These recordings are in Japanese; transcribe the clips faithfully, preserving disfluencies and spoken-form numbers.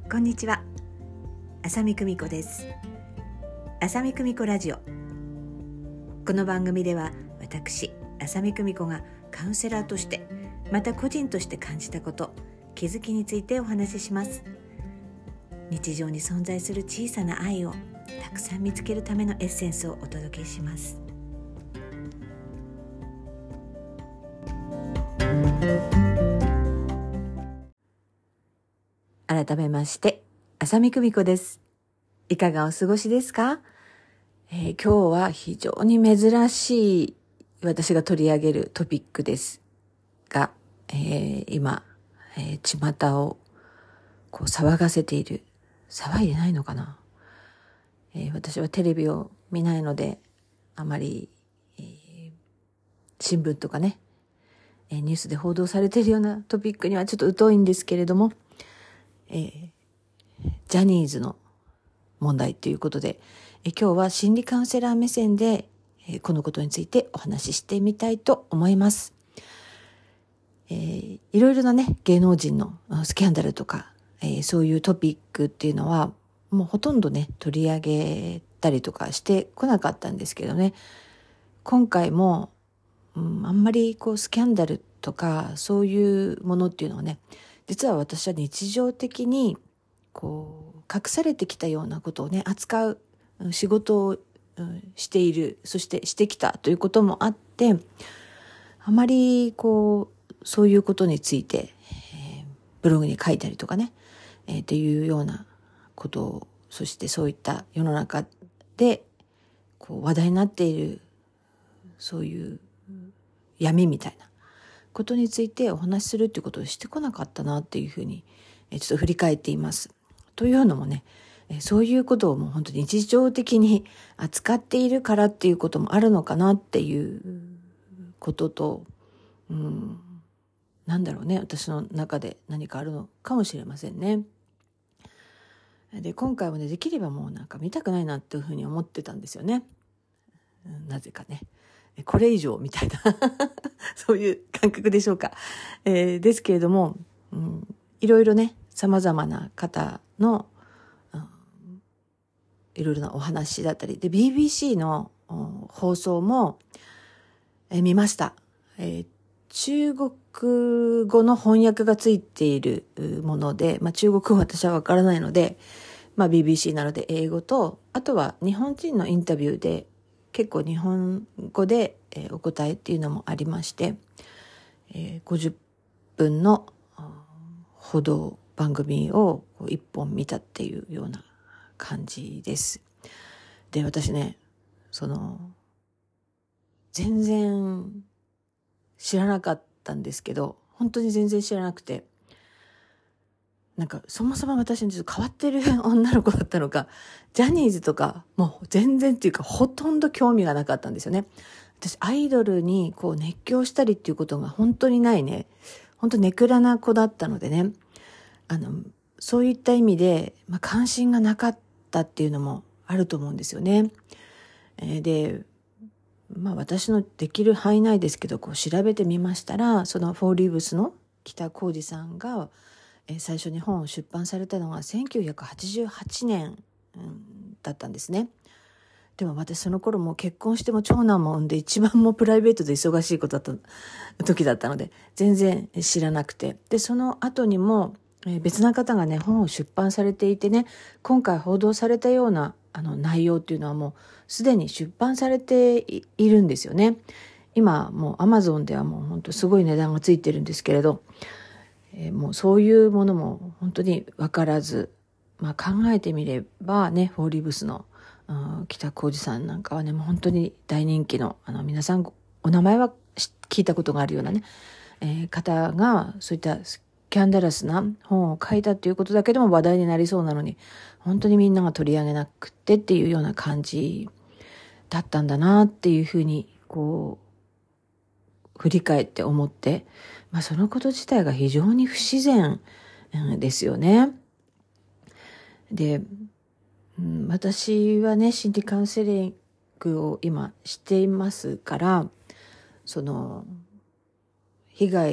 こんにちは、浅見久美子です。浅見久美子ラジオ。この番組では私浅見久美子がカウンセラーとしてまた個人として感じたこと、気づきについてお話しします。日常に存在する小さな愛をたくさん見つけるためのエッセンスをお届けします。改めまして浅見久美子です。いかがお過ごしですか？えー、今日は非常に珍しい私が取り上げるトピックですが、えー、今、えー、巷をこう騒がせている、騒いでないのかな、えー、私はテレビを見ないのであまり、えー、新聞とかね、えー、ニュースで報道されているようなトピックにはちょっと疎いんですけれども、えー、ジャニーズの問題ということで、え今日は心理カウンセラー目線で、えこのことについてお話ししてみたいと思います。えー、いろいろなね、芸能人のスキャンダルとか、えー、そういうトピックっていうのはもうほとんどね取り上げたりとかしてこなかったんですけどね、今回も、うん、あんまりこうスキャンダルとかそういうものっていうのはね、実は私は日常的にこう隠されてきたようなことをね扱う仕事をしている、そしてしてきたということもあって、あまりこうそういうことについて、えー、ブログに書いたりとかね、えー、っていうようなことを、そしてそういった世の中でこう話題になっているそういう闇みたいなことについてお話しするっていうことをしてこなかったなっていうふうにちょっと振り返っています。というのもね、そういうことをもう本当に日常的に扱っているからっていうこともあるのかなっていうことと、うん、なんだろうね、私の中で何かあるのかもしれませんね。で、今回もね、できればもうなんか見たくないなっていうふうに思ってたんですよね。なぜかね。これ以上みたいなそういう感覚でしょうか。えー、ですけれども、うん、いろいろね、様々な方の、うん、いろいろなお話だったりで、 ビービーシー の、うん、放送も、えー、見ました。えー、中国語の翻訳がついているもので、まあ、中国語私はわからないので、まあ、ビービーシー なので英語と、あとは日本人のインタビューで結構日本語でお答えっていうのもありまして、ごじゅっぷんの報道番組をいっぽん見たっていうような感じです。で、私ね、その全然知らなかったんですけど、本当に全然知らなくて、なんかそもそも私にちょっと変わってる女の子だったのか、ジャニーズとかもう全然っていうかほとんど興味がなかったんですよね。私アイドルにこう熱狂したりっていうことが本当にないね、本当ネクラな子だったのでね、あのそういった意味で、まあ、関心がなかったっていうのもあると思うんですよね。えー、で、まあ私のできる範囲内ですけど、こう調べてみましたら、そのフォーリーブスの北浩二さんが最初に本を出版されたのがせんきゅうひゃくはちじゅうはちねん、うん、だったんですね。でも私その頃もう結婚しても長男も産んで一番もプライベートで忙しいことだった時だったので全然知らなくて、でその後にも別な方がね本を出版されていてね、今回報道されたようなあの内容っていうのはもうすでに出版されているんですよね。今もうアマゾンではもう本当すごい値段がついてるんですけれど、えー、もうそういうものも本当に分からず、まあ、考えてみればね、フォーリーブスの、うん、北浩二さんなんかはねもう本当に大人気の、あの皆さんお名前は聞いたことがあるようなね、えー、方がそういったスキャンダラスな本を書いたっていうことだけでも話題になりそうなのに、本当にみんなが取り上げなくてっていうような感じだったんだなっていうふうにこう振り返って思って、まあ、そのこと自体が非常に不自然ですよね。で、うん、私はね心理カウンセリングを今していますから、その被害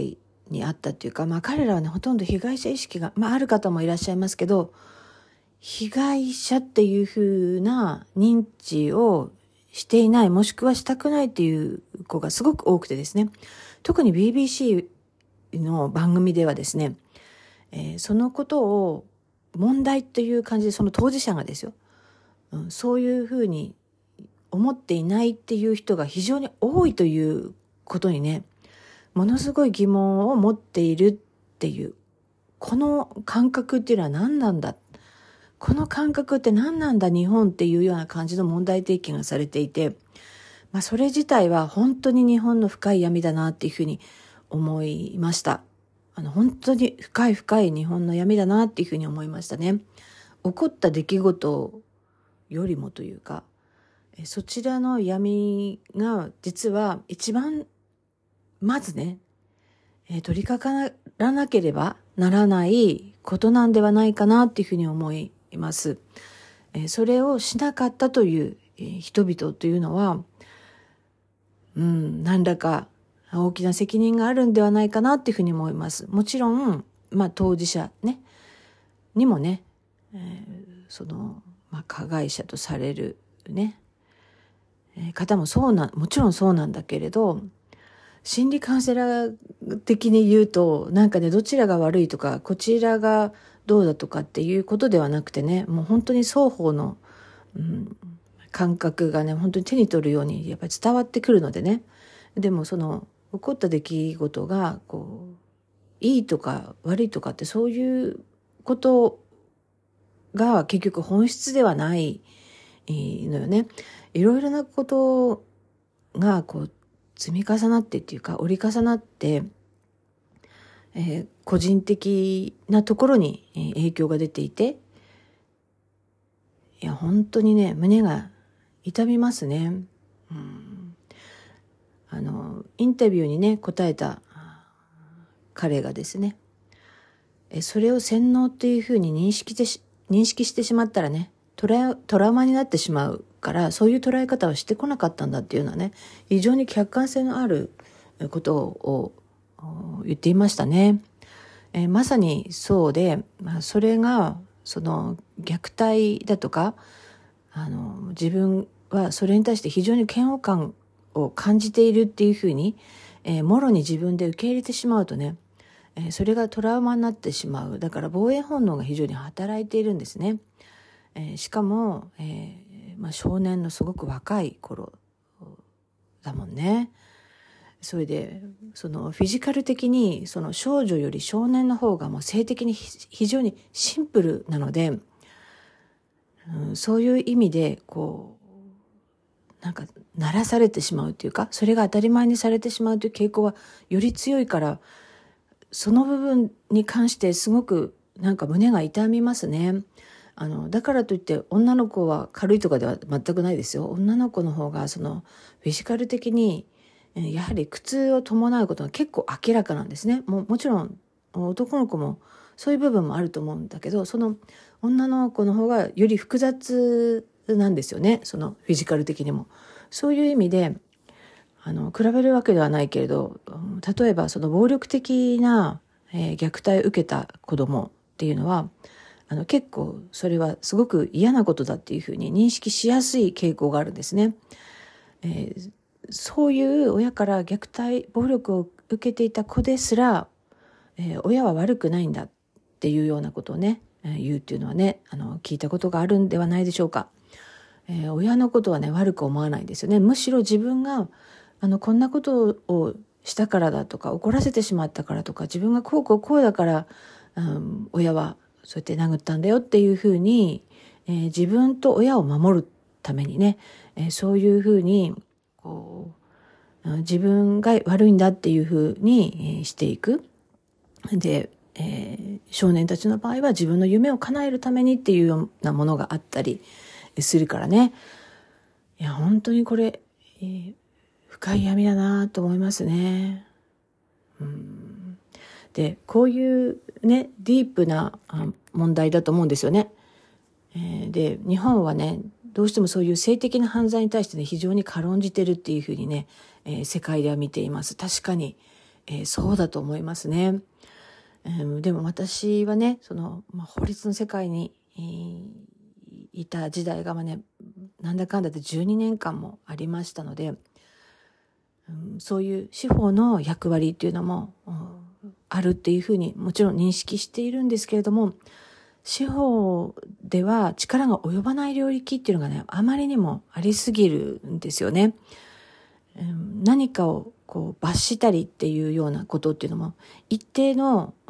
にあったっていうか、まあ彼らはね、ほとんど被害者意識が、まあある方もいらっしゃいますけど、被害者っていう風な認知をしていない、もしくはしたくないっていう子がすごく多くてですね、特に ビービーシー の番組ではですね、えー、そのことを問題という感じで、その当事者がですよ、うん、そういう風に思っていないっていう人が非常に多いということにね、ものすごい疑問を持っているっていう、この感覚っていうのは何なんだ、この感覚って何なんだ日本っていうような感じの問題提起がされていて、まあそれ自体は本当に日本の深い闇だなっていうふうに思いました。あの本当に深い深い日本の闇だなっていうふうに思いましたね。起こった出来事よりもというか、そちらの闇が実は一番まずね、取り掛からなければならないことなんではないかなっていうふうに思います。それをしなかったという人々というのは、うん、何らか大きな責任があるんではないかなっていうふうに思います。もちろん、まあ当事者ね、にもね、えー、その、まあ加害者とされるね、方もそうな、もちろんそうなんだけれど、心理カウンセラー的に言うと、なんかね、どちらが悪いとか、こちらがどうだとかっていうことではなくてね、もう本当に双方の、うん、感覚がね、本当に手に取るようにやっぱり伝わってくるのでね。でもその起こった出来事が、こう、いいとか悪いとかってそういうことが結局本質ではないのよね。いろいろなことがこう積み重なってっていうか折り重なって、えー、個人的なところに影響が出ていて、いや本当にね胸が痛みますね。うん、あのインタビューにね答えた彼がですね、えそれを洗脳っていうふうに認識してし認識してしまったらね、トラ、トラウマになってしまうから、そういう捉え方をしてこなかったんだっていうのはね、非常に客観性のあることを言っていましたね。えー、まさにそうで、まあ、それがその虐待だとか、あの自分はそれに対して非常に嫌悪感を感じているっていうふうに、えー、もろに自分で受け入れてしまうとね、えー、それがトラウマになってしまう。だから防衛本能が非常に働いているんですね。えー、しかも、えーまあ、少年のすごく若い頃だもんね。それでそのフィジカル的にその少女より少年の方がもう性的に非常にシンプルなので、うん、そういう意味でこうなんか慣らされてしまうというか、それが当たり前にされてしまうという傾向はより強いから、その部分に関してすごくなんか胸が痛みますね。あのだからといって女の子は軽いとかでは全くないですよ。女の子の方がそのフィジカル的にやはり苦痛を伴うことが結構明らかなんですね。も, もちろん男の子もそういう部分もあると思うんだけど、その女の子の方がより複雑なんですよね。そのフィジカル的にも。そういう意味であの比べるわけではないけれど、例えばその暴力的な、えー、虐待を受けた子供っていうのはあの結構それはすごく嫌なことだっていうふうに認識しやすい傾向があるんですね。えー、そういう親から虐待暴力を受けていた子ですら、えー、親は悪くないんだっていうようなことをね、えー、言うっていうのはね、あの聞いたことがあるんではないでしょうか。えー、親のことはね悪く思わないんですよね。むしろ自分があのこんなことをしたからだとか怒らせてしまったからとか自分がこうこうこうだから、うん、親はそうやって殴ったんだよっていうふうに、えー、自分と親を守るためにね、えー、そういうふうにこう自分が悪いんだっていうふうにしていく。で、えー、少年たちの場合は自分の夢を叶えるためにっていうようなものがあったりするからね。いや本当にこれ、えー、深い闇だなと思いますね。うんでこういうねディープな問題だと思うんですよね。えー、で日本はねどうしてもそういう性的な犯罪に対してね非常に軽んじてるっていうふうにね、えー、世界では見ています。確かに、 えー、そうだと思いますね。えー、でも私はね、その、まあ、法律の世界に、えー、いた時代がね、なんだかんだでじゅうにねんかんもありましたので、うん、そういう司法の役割っていうのも、うん、あるっていうふうにもちろん認識しているんですけれども、司法では力が及ばない領域っていうのがね、あまりにもありすぎるんですよね。うん、何かをこう罰したりっていうようなことっていうのも一定の、うん、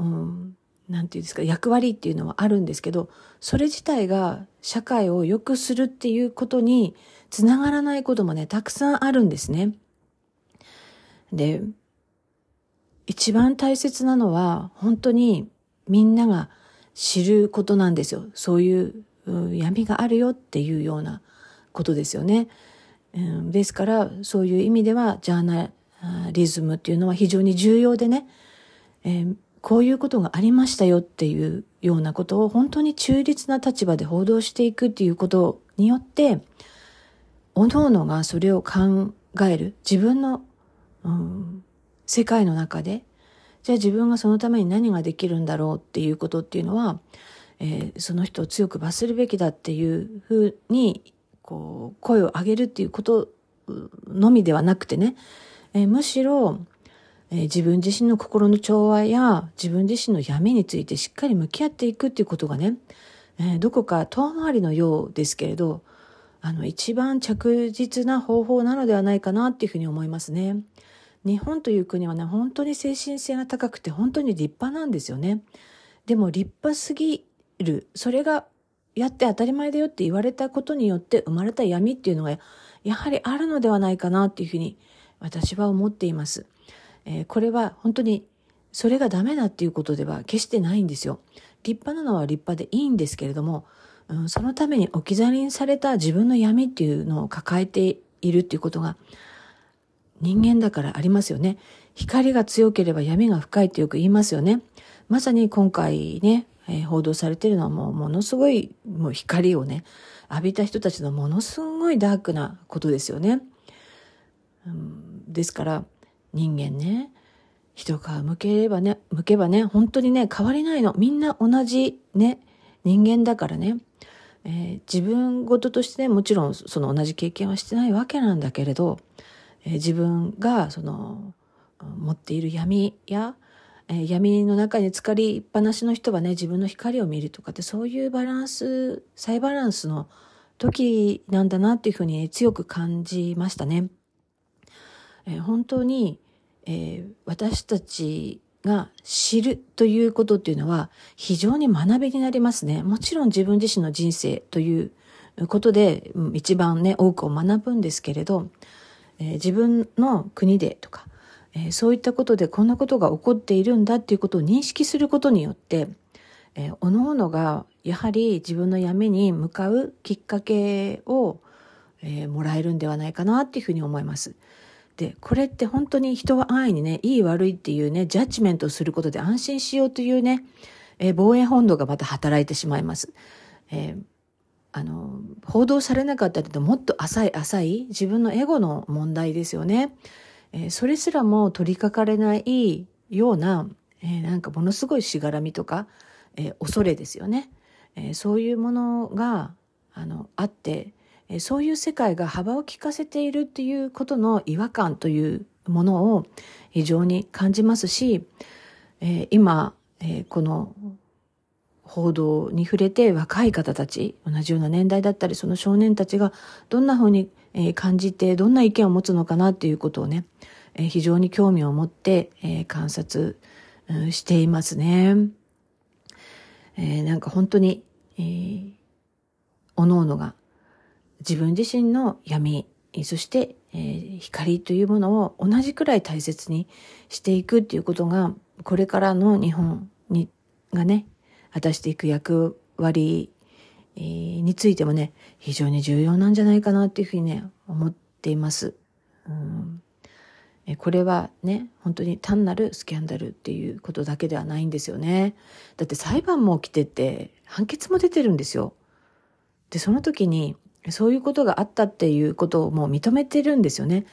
なんていうんですか、役割っていうのはあるんですけど、それ自体が社会を良くするっていうことにつながらないこともね、たくさんあるんですね。で、一番大切なのは本当にみんなが知ることなんですよ。そういう闇があるよっていうようなことですよね。うん、ですからそういう意味ではジャーナリズムっていうのは非常に重要でね、えー、こういうことがありましたよっていうようなことを本当に中立な立場で報道していくっていうことによって、各々がそれを考える自分の、うん、世界の中で、じゃあ自分がそのために何ができるんだろうっていうことっていうのは、えー、その人を強く罰するべきだっていうふうにこう声を上げるっていうことのみではなくてね、えー、むしろ、えー、自分自身の心の調和や自分自身の闇についてしっかり向き合っていくっていうことがね、えー、どこか遠回りのようですけれど、あの一番着実な方法なのではないかなっていうふうに思いますね。日本という国はね、本当に精神性が高くて本当に立派なんですよね。でも立派すぎる、それがやって当たり前だよって言われたことによって生まれた闇っていうのがやはりあるのではないかなっていうふうに私は思っています。えー、これは本当にそれがダメだっていうことでは決してないんですよ。立派なのは立派でいいんですけれども、うん、そのために置き去りにされた自分の闇っていうのを抱えているっていうことが人間だからありますよね。光が強ければ闇が深いってよく言いますよね。まさに今回ね、えー、報道されているのはもうものすごいもう光をね浴びた人たちのものすごいダークなことですよね。うん、ですから人間ね、一皮向ければね、向けばね、本当にね変わりないの。みんな同じね人間だからね。えー、自分事としてね、もちろんその同じ経験はしてないわけなんだけれど、えー、自分がその持っている闇や、えー、闇の中に浸かりっぱなしの人はね、自分の光を見るとかって、そういうバランス、再バランスの時なんだなっていうふうに強く感じましたね。えー、本当に、えー、私たちが知るということっていうのは非常に学びになりますね。もちろん自分自身の人生ということで一番ね多くを学ぶんですけれど、えー、自分の国でとか、えー、そういったことでこんなことが起こっているんだっていうことを認識することによって、えー、各々がやはり自分の闇に向かうきっかけを、えー、もらえるんではないかなっていうふうに思います。で、これって本当に人は安易にね、いい悪いっていうね、ジャッジメントをすることで安心しようというね、えー、防衛本能がまた働いてしまいます。えー、あの、報道されなかったともっと浅い浅い自分のエゴの問題ですよね。えー、それすらも取りかかれないような、えー、なんかものすごいしがらみとか、えー、恐れですよね。えー、そういうものが、あの、あって、そういう世界が幅を利かせているっていうことの違和感というものを非常に感じますし、えー、今、えー、この報道に触れて若い方たち、同じような年代だったりその少年たちがどんな風に感じてどんな意見を持つのかなっていうことをね、えー、非常に興味を持って、えー、観察、うん、していますね。えー、なんか本当に、えー、おのおのが自分自身の闇、そして、えー、光というものを同じくらい大切にしていくっていうことが、これからの日本にがね、果たしていく役割、えー、についてもね、非常に重要なんじゃないかなっていうふうにね、思っています。うん、えー、これはね、本当に単なるスキャンダルっていうことだけではないんですよね。だって裁判も起きてて、判決も出てるんですよ。で、その時に、そういうことがあったっていうことをもう認めてるんですよね。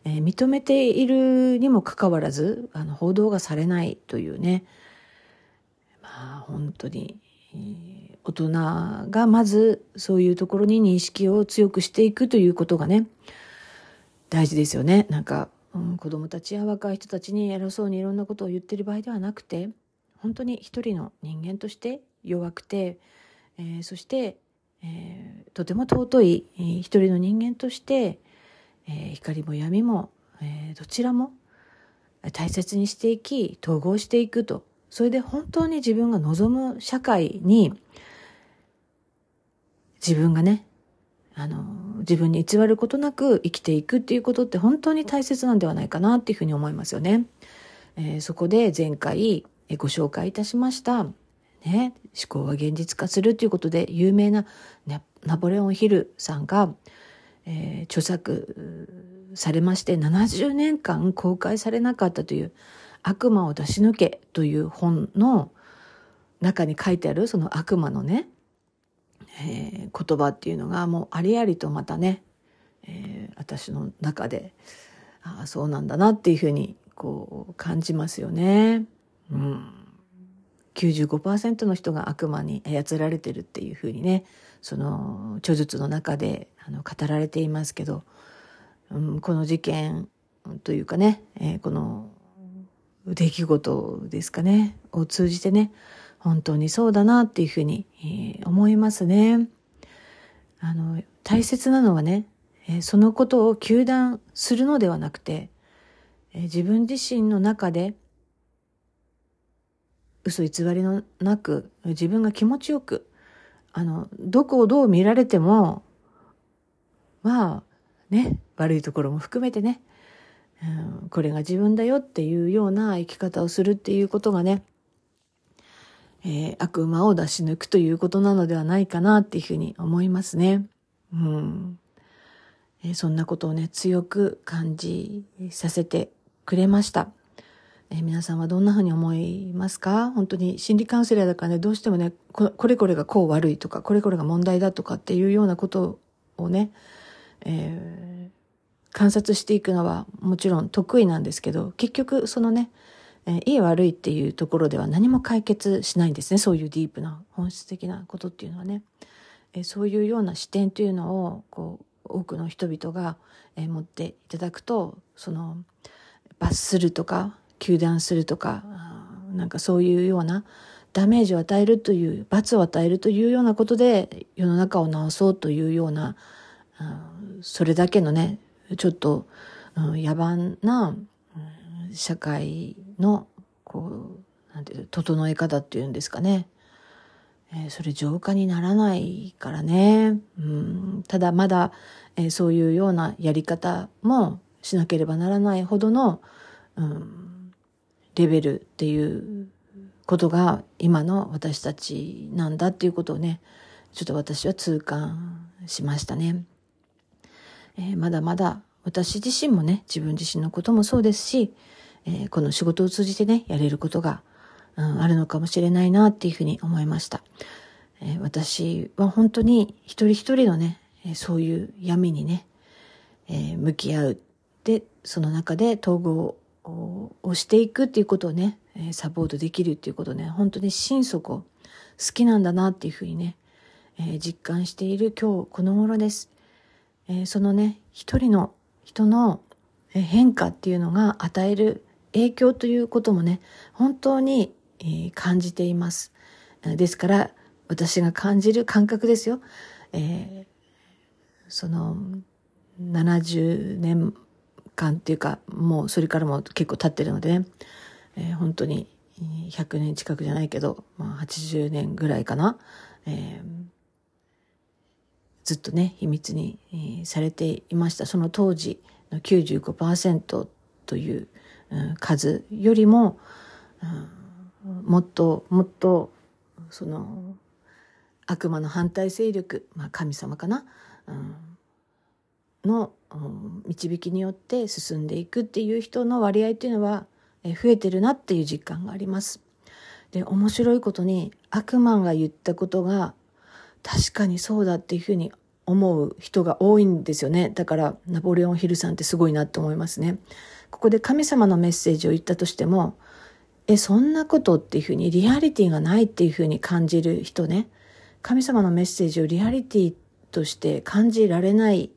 えー、認めているにもかかわらず、あの、報道がされないというね、まあ、本当に、えー、大人がまずそういうところに認識を強くしていくということがね、大事ですよね。なんか、うん、子供たちや若い人たちに偉そうにいろんなことを言ってる場合ではなくて、本当に一人の人間として弱くて、えー、そして、えー、とても尊い、えー、一人の人間として、えー、光も闇も、えー、どちらも大切にしていき、統合していくと、それで本当に自分が望む社会に自分がね、あの自分に偽ることなく生きていくっていうことって本当に大切なんではないかなっていうふうに思いますよね。えー、そこで前回ご紹介いたしましたね、思考は現実化するということで有名なナポレオンヒルさんが、えー、著作されましてななじゅうねんかん公開されなかったという悪魔を出し抜けという本の中に書いてあるその悪魔のね、えー、言葉っていうのがもうありありとまたね、えー、私の中でああそうなんだなっていうふうにこう感じますよね。うん、きゅうじゅうごパーセント の人が悪魔に操られてるっていうふうにね、その著述の中であの語られていますけど、うん、この事件というかね、えー、この出来事ですかねを通じてね、本当にそうだなっていうふうに、えー、思いますね。あの大切なのはね、えー、そのことを糾弾するのではなくて、えー、自分自身の中で嘘偽りのなく自分が気持ちよく、あのどこをどう見られてもまあね、悪いところも含めてね、うん、これが自分だよっていうような生き方をするっていうことがね、えー、悪魔を出し抜くということなのではないかなっていうふうに思いますね。うんえー、そんなことをね強く感じさせてくれました。えー、皆さんはどんなふうに思いますか？本当に心理カウンセラーだからね、どうしてもね こ, これこれがこう悪いとかこれこれが問題だとかっていうようなことをね、えー、観察していくのはもちろん得意なんですけど、結局そのね、えー、いい悪いっていうところでは何も解決しないんですね。そういうディープな本質的なことっていうのはね、えー、そういうような視点というのをこう多くの人々が、えー、持っていただくと、その罰するとか糾弾するとか、なんかそういうようなダメージを与えるという、罰を与えるというようなことで世の中を直そうというような、それだけのねちょっと野蛮な社会のこうなんていう整え方っていうんですかね、えー、それ浄化にならないからね、うん、ただまだ、えー、そういうようなやり方もしなければならないほどの、うん、レベルっていうことが今の私たちなんだっていうことをね、ちょっと私は痛感しましたね。えー、まだまだ私自身もね、自分自身のこともそうですし、えー、この仕事を通じてねやれることが、うん、あるのかもしれないなっていうふうに思いました。えー、私は本当に一人一人のね、えー、そういう闇にね、えー、向き合うで、その中で統合をしていくっていうことをね、えー、サポートできるっていうことをね、本当に心底好きなんだなっていうふうにね、えー、実感している今日この頃です。えー、そのね一人の人の変化っていうのが与える影響ということもね本当に、えー、感じています。ですから私が感じる感覚ですよ、えー、そのななじゅうねんかんっていうかもうそれからも結構経ってるのでね、えー、本当にひゃくねん近くじゃないけど、まあ、はちじゅうねんぐらいかな、えーずっとね秘密に、えー、されていました。その当時の きゅうじゅうごパーセント という、うん、数よりも、うん、もっともっとその悪魔の反対勢力、まあ、神様かな、うん、の、うん、導きによって進んでいくっていう人の割合っていうのは、えー、増えてるなっていう実感があります。で面白いことに悪魔が言ったことが確かにそうだっていうふうに、 思う人が多いんですよね。だからナポレオンヒルさんってすごいなって思いますね。ここで神様のメッセージを言ったとしても、え、そんなことっていうふうにリアリティがないっていうふうに感じる人ね。神様のメッセージをリアリティとして感じられない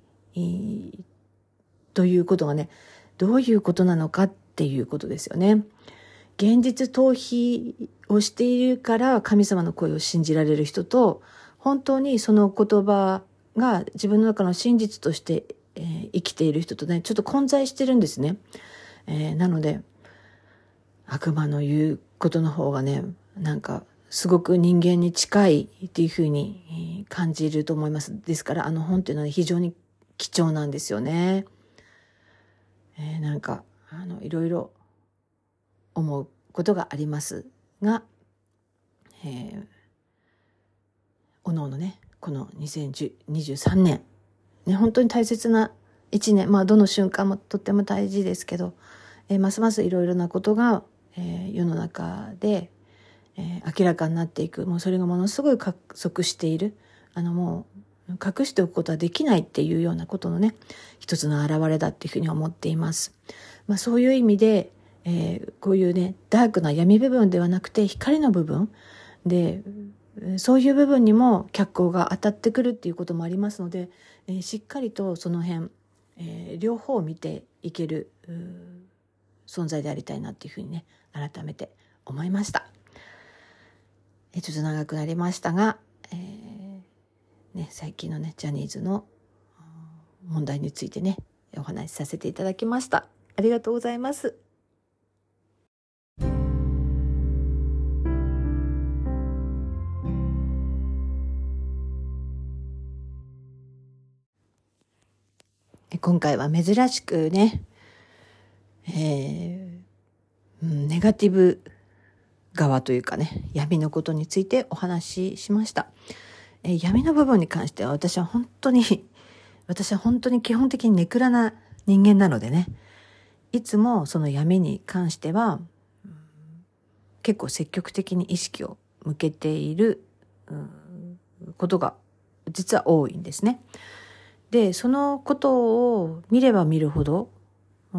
ということがね、どういうことなのかっていうことですよね。現実逃避をしているから神様の声を信じられる人と、本当にその言葉が自分の中の真実として、えー、生きている人とね、ちょっと混在してるんですね。えー、なので悪魔の言うことの方がね、なんかすごく人間に近いっていうふうに感じると思います。ですからあの本っていうのは非常に貴重なんですよね。えー、なんかあのいろいろ思うことがありますが、えー、おのおのね、このにせんにじゅうさんねん、ね、本当に大切ないちねん、まあどの瞬間もとっても大事ですけど、えー、ますますいろいろなことが、えー、世の中で、えー、明らかになっていく。もうそれがものすごい加速している。あのもう隠しておくことはできないっていうようなことのね、一つの表れだっていうふうに思っています。まあそういう意味で、えー、こういうね、ダークな闇部分ではなくて光の部分で、そういう部分にも脚光が当たってくるっていうこともありますので、えー、しっかりとその辺、えー、両方を見ていける存在でありたいなっていうふうにね、改めて思いました。えー、ちょっと長くなりましたが、えーね、最近のねジャニーズの問題についてねお話しさせていただきました。ありがとうございます。今回は珍しくね、えー、ネガティブ側というかね、闇のことについてお話ししました。えー、闇の部分に関しては私は本当に私は本当に基本的にネクラな人間なのでね、いつもその闇に関しては、うん、結構積極的に意識を向けている、うん、ことが実は多いんですね。で、そのことを見れば見るほど、うん、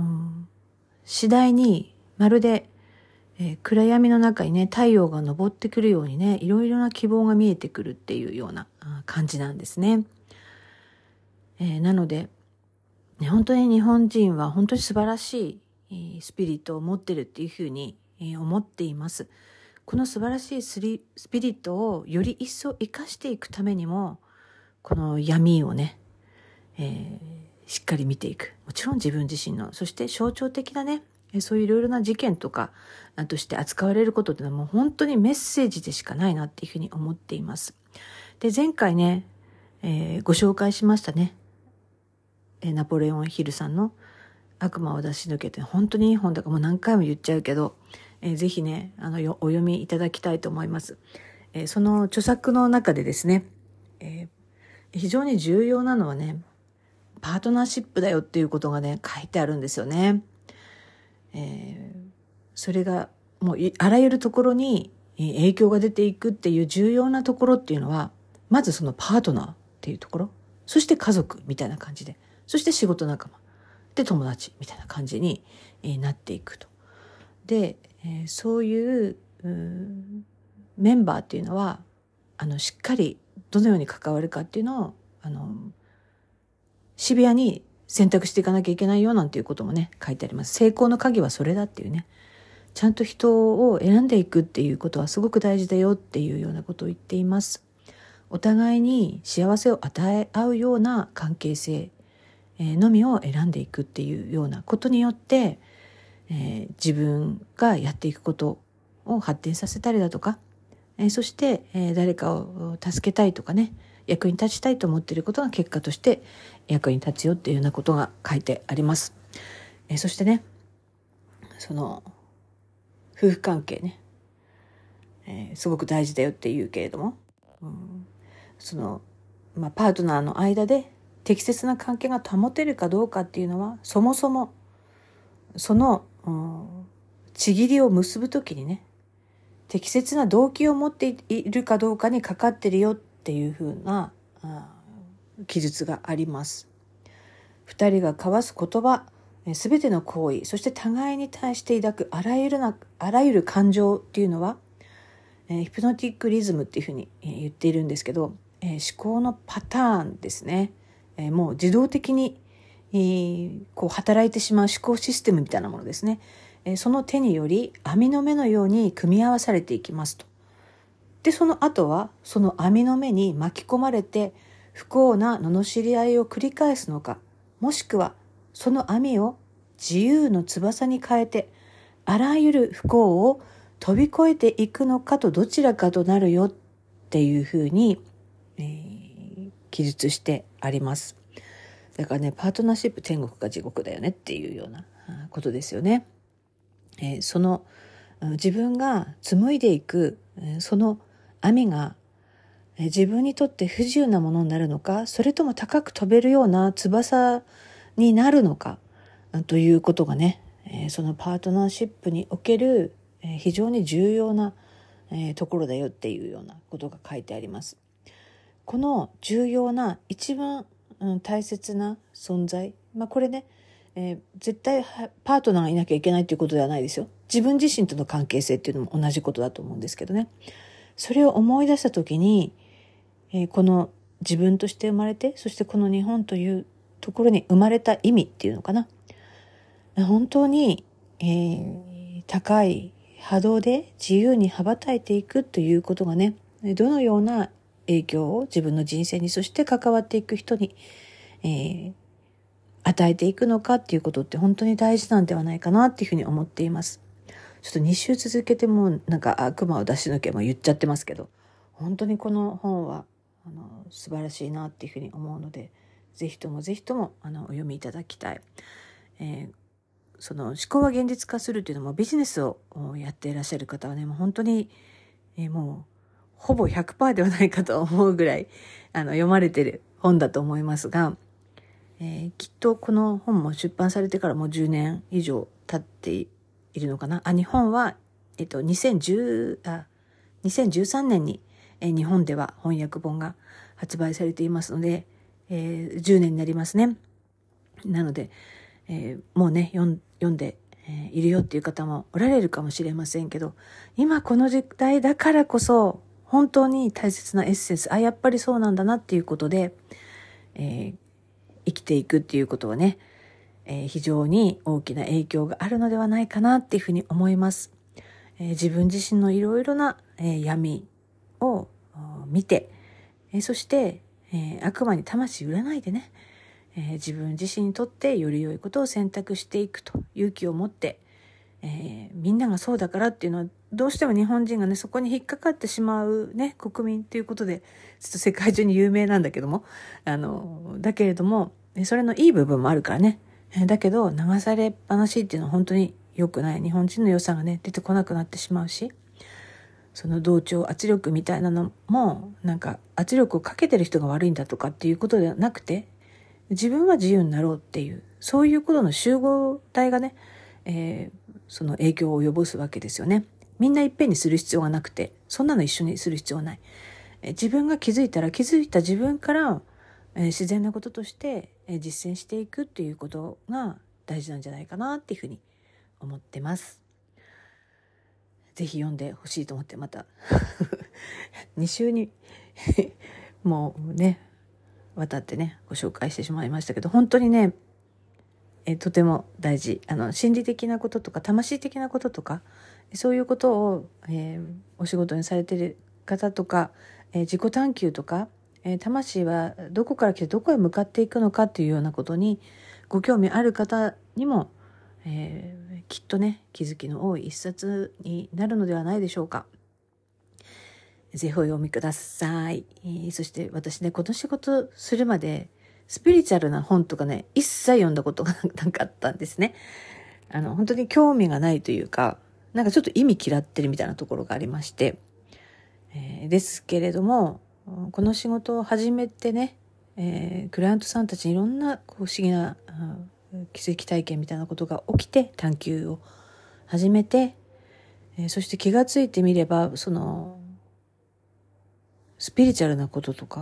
次第にまるで、えー、暗闇の中にね、太陽が昇ってくるようにね、いろいろな希望が見えてくるっていうような感じなんですね。えー、なので、ね、本当に日本人は本当に素晴らしい、えー、スピリットを持ってるっていうふうに、えー、思っています。この素晴らしいスリ、スピリットをより一層生かしていくためにも、この闇をね、えー、しっかり見ていく。もちろん自分自身の、そして象徴的なね、そういういろいろな事件とかとして扱われることっていうのはもう本当にメッセージでしかないなっていうふうに思っています。で、前回ね、えー、ご紹介しましたね。ナポレオンヒルさんの悪魔を出し抜けて本当にいい本だからもう何回も言っちゃうけど、えー、ぜひね、あの、お読みいただきたいと思います。えー、その著作の中でですね、えー、非常に重要なのはね、パートナーシップだよっていうことがね、書いてあるんですよね。えー、それがもうあらゆるところに影響が出ていくっていう重要なところっていうのは、まずそのパートナーっていうところ、そして家族みたいな感じで、そして仕事仲間で友達みたいな感じになっていくと。で、えー、そういう、うーん、メンバーっていうのはあのしっかりどのように関わるかっていうのをあのシビアに選択していかなきゃいけないよなんていうこともね書いてあります。成功の鍵はそれだっていうね、ちゃんと人を選んでいくっていうことはすごく大事だよっていうようなことを言っています。お互いに幸せを与え合うような関係性のみを選んでいくっていうようなことによって、えー、自分がやっていくことを発展させたりだとか、えー、そして、えー、誰かを助けたいとかね、役に立ちたいと思っていることが結果として役に立つよっていうようなことが書いてあります。えー、そしてね、その夫婦関係ね、えー、すごく大事だよって言うけれども、うん、その、まあ、パートナーの間で適切な関係が保てるかどうかっていうのは、そもそもその、うん、ちぎりを結ぶときにね、適切な動機を持っているかどうかにかかってるよっていうふうな、 記述があります。二人が交わす言葉、すべての行為、そして互いに対して抱くあらゆるな、あらゆる感情っていうのは、えー、ヒプノティックリズムっていうふうに言っているんですけど、えー、思考のパターンですね。えー、もう自動的に、えー、こう働いてしまう思考システムみたいなものですね。えー、その手により網の目のように組み合わされていきますと。で、その後はその網の目に巻き込まれて不幸な罵り合いを繰り返すのか、もしくはその網を自由の翼に変えてあらゆる不幸を飛び越えていくのかと、どちらかとなるよっていうふうに、えー、記述してあります。だからね、パートナーシップ天国か地獄だよねっていうようなことですよね。えー、その自分が紡いでいくその網が自分にとって不自由なものになるのか、それとも高く飛べるような翼になるのかということがね、そのパートナーシップにおける非常に重要なところだよっていうようなことが書いてあります。この重要な一番大切な存在、まあ、これね、えー、絶対パートナーがいなきゃいけないということではないですよ。自分自身との関係性っていうのも同じことだと思うんですけどね。それを思い出したときに、えー、この自分として生まれて、そしてこの日本というところに生まれた意味っていうのかな。本当に、えー、高い波動で自由に羽ばたいていくということがね、どのような影響を自分の人生に、そして関わっていく人に、えー、与えていくのかっていうことって本当に大事なんではないかなっていうふうに思っています。ちょっとに週続けてもうなんか悪魔を出し抜けも言っちゃってますけど、本当にこの本はあの素晴らしいなっていうふうに思うので、ぜひともぜひともあのお読みいただきたい。えー、その思考は現実化するっていうのもビジネスをやっていらっしゃる方はね、もう本当に、えー、もうほぼ ひゃくパーセント ではないかと思うぐらいあの読まれてる本だと思いますが、えー、きっとこの本も出版されてからもうじゅうねん以上経っているのかな。あ、日本は、えっと、にせんじゅう、あ、にせんじゅうさんねんに、えー、日本では翻訳本が発売されていますので、えー、じゅうねんになりますね。なので、えー、もうね、読ん、読んで、えー、いるよっていう方もおられるかもしれませんけど、今この時代だからこそ、本当に大切なエッセンス、あ、やっぱりそうなんだなっていうことで、えー、生きていくっていうことはね、えー、非常に大きな影響があるのではないかなっていうふうに思います。えー、自分自身のいろいろな、えー、闇を見て、えー、そして、えー、悪魔に魂売らないでね、えー、自分自身にとってより良いことを選択していくと勇気を持って、えー、みんながそうだからっていうのはどうしても日本人がねそこに引っかかってしまうね国民ということでちょっと世界中に有名なんだけどもあのだけれどもそれのいい部分もあるからね、だけど流されっぱなしっていうのは本当に良くない。日本人の良さがね出てこなくなってしまうし、その同調圧力みたいなのもなんか圧力をかけてる人が悪いんだとかっていうことではなくて、自分は自由になろうっていうそういうことの集合体がね、えー、その影響を及ぼすわけですよね。みんないっぺんにする必要がなくて、そんなの一緒にする必要はない。えー、自分が気づいたら気づいた自分から、えー、自然なこととして、えー、実践していくっていうことが大事なんじゃないかなっていうふうに思ってます。ぜひ読んでほしいと思ってまたに週にもうね渡ってねご紹介してしまいましたけど、本当にねえとても大事。あの心理的なこととか魂的なこととかそういうことを、えー、お仕事にされている方とか、えー、自己探求とか、えー、魂はどこから来てどこへ向かっていくのかというようなことにご興味ある方にも、えー、きっとね気づきの多い一冊になるのではないでしょうか。ぜひお読みください。えー、そして私ねこの仕事するまでスピリチュアルな本とかね一切読んだことがなかったんですね。あの本当に興味がないというか、なんかちょっと意味嫌ってるみたいなところがありまして、えー、ですけれどもこの仕事を始めてね、えー、クライアントさんたちにいろんなこう不思議な奇跡体験みたいなことが起きて探求を始めて、えー、そして気がついてみればそのスピリチュアルなこととか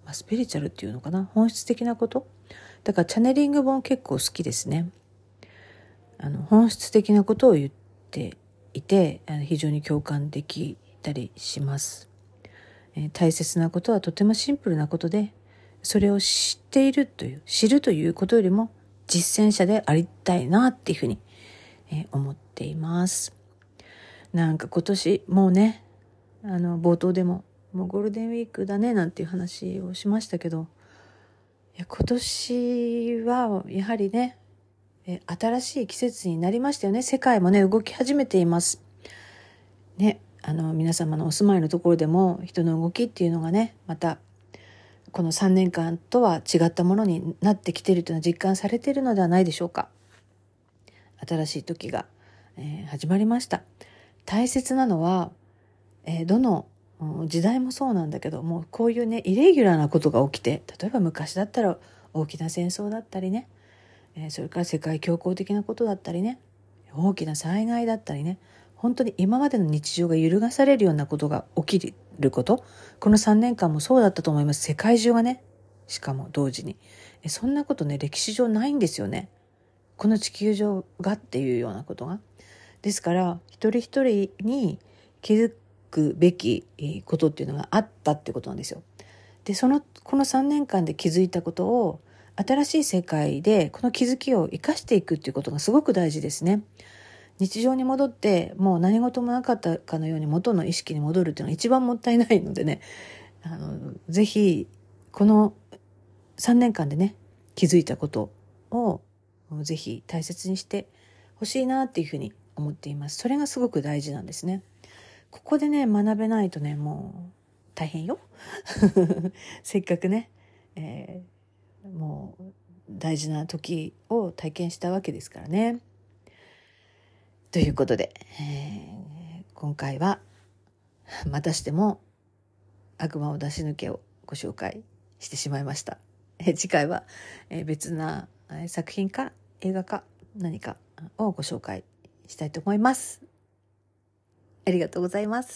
スピリチュアルっていうのかな、本質的なことだから、チャネリング本結構好きですね。あの本質的なことを言っていて、非常に共感できたりします。えー、大切なことはとてもシンプルなことで、それを知っているという、知るということよりも実践者でありたいなっていうふうに、えー、思っています。なんか今年もうね、あの冒頭でももうゴールデンウィークだねなんていう話をしましたけど、いや今年はやはりね、え新しい季節になりましたよね。世界もね動き始めていますね。あの皆様のお住まいのところでも人の動きっていうのがね、またこのさんねんかんとは違ったものになってきているというのは実感されているのではないでしょうか。新しい時が、えー、始まりました。大切なのは、えー、どの時代もそうなんだけども、こういうねイレギュラーなことが起きて、例えば昔だったら大きな戦争だったりね、えー、それから世界恐慌的なことだったりね、大きな災害だったりね、本当に今までの日常が揺るがされるようなことが起きること、このさんねんかんもそうだったと思います。世界中がね、しかも同時に、えそんなことね歴史上ないんですよね、この地球上がっていうようなことが。ですから一人一人に気づくべきことっていうのがあったってことなんですよ。でそのこのさんねんかんで気づいたことを新しい世界でこの気づきを生かしていくっていうことがすごく大事ですね。日常に戻ってもう何事もなかったかのように元の意識に戻るっていうのが一番もったいないのでね、あのぜひこのさんねんかんでね気づいたことをぜひ大切にしてほしいなっていうふうに思っています。それがすごく大事なんですね。ここでね学べないとねもう大変よせっかくね、えー、もう大事な時を体験したわけですからね。ということで、えー、今回はまたしても悪魔を出し抜けをご紹介してしまいました。え次回は、えー、別な作品か映画か何かをご紹介したいと思います。ありがとうございます。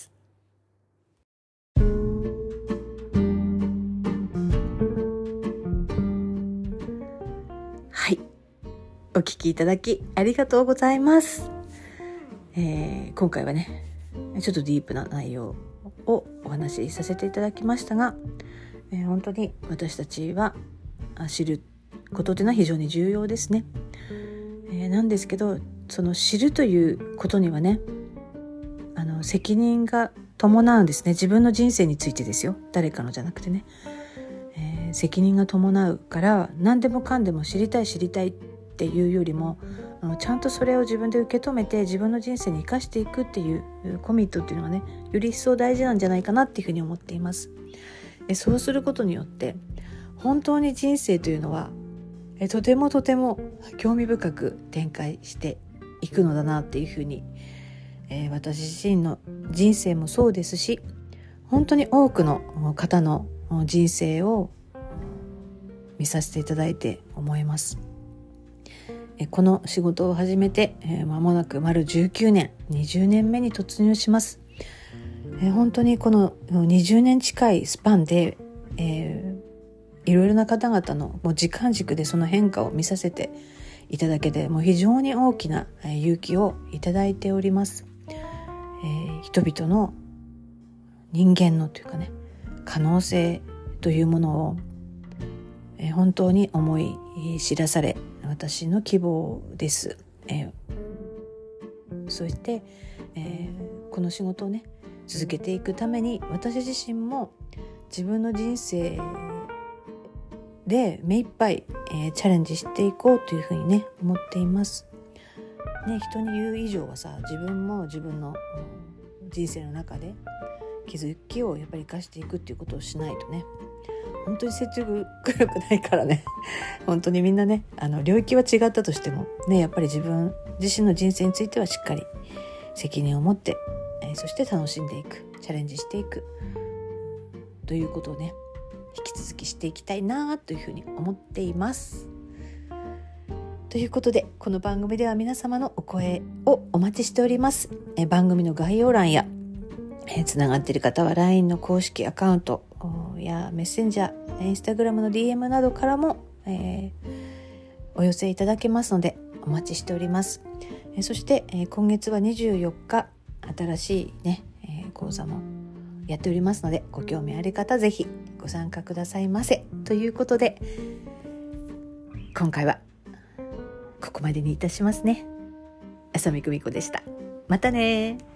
はい、お聞きいただきありがとうございます。えー、今回はねちょっとディープな内容をお話しさせていただきましたが、えー、本当に私たちは知ることというのは非常に重要ですね。えー、なんですけど、その知るということにはね、あの責任が伴うんですね。自分の人生についてですよ、誰かのじゃなくてね、えー、責任が伴うから何でもかんでも知りたい知りたいっていうよりも、ちゃんとそれを自分で受け止めて自分の人生に生かしていくっていうコミットっていうのはね、より一層大事なんじゃないかなっていうふうに思っています。えそうすることによって本当に人生というのはえとてもとても興味深く展開していくのだなっていうふうに、えー、私自身の人生もそうですし、本当に多くの方の人生を見させていただいて思います。この仕事を始めて間もなく丸じゅうきゅうねん、にじゅうねんめに突入します。本当にこのにじゅうねん近いスパンで、えー、いろいろな方々のもう時間軸でその変化を見させていただけで、もう非常に大きな勇気をいただいております。えー、人々の人間のというかね、可能性というものを、えー、本当に思い知らされ、私の希望です。えー、そして、えー、この仕事をね続けていくために、私自身も自分の人生で目いっぱい、えー、チャレンジしていこうというふうにね思っています。ね、人に言う以上はさ、自分も自分の、うん、人生の中で気づきをやっぱり生かしていくっていうことをしないとね、本当に説得力ないからね本当にみんなね、あの領域は違ったとしてもね、やっぱり自分自身の人生についてはしっかり責任を持って、えー、そして楽しんでいく、チャレンジしていくということをね、引き続きしていきたいなというふうに思っています。ということで、この番組では皆様のお声をお待ちしております。えー、番組の概要欄や、えー、つながっている方は ライン の公式アカウントやメッセンジャインスタグラムの ディーエム などからも、えー、お寄せいただけますのでお待ちしております。えー、そして、えー、今月はにじゅうよっか新しいね、えー、講座もやっておりますので、ご興味ある方ぜひご参加くださいませということで、今回はここまでにいたしますね。浅見久美子でした。またね。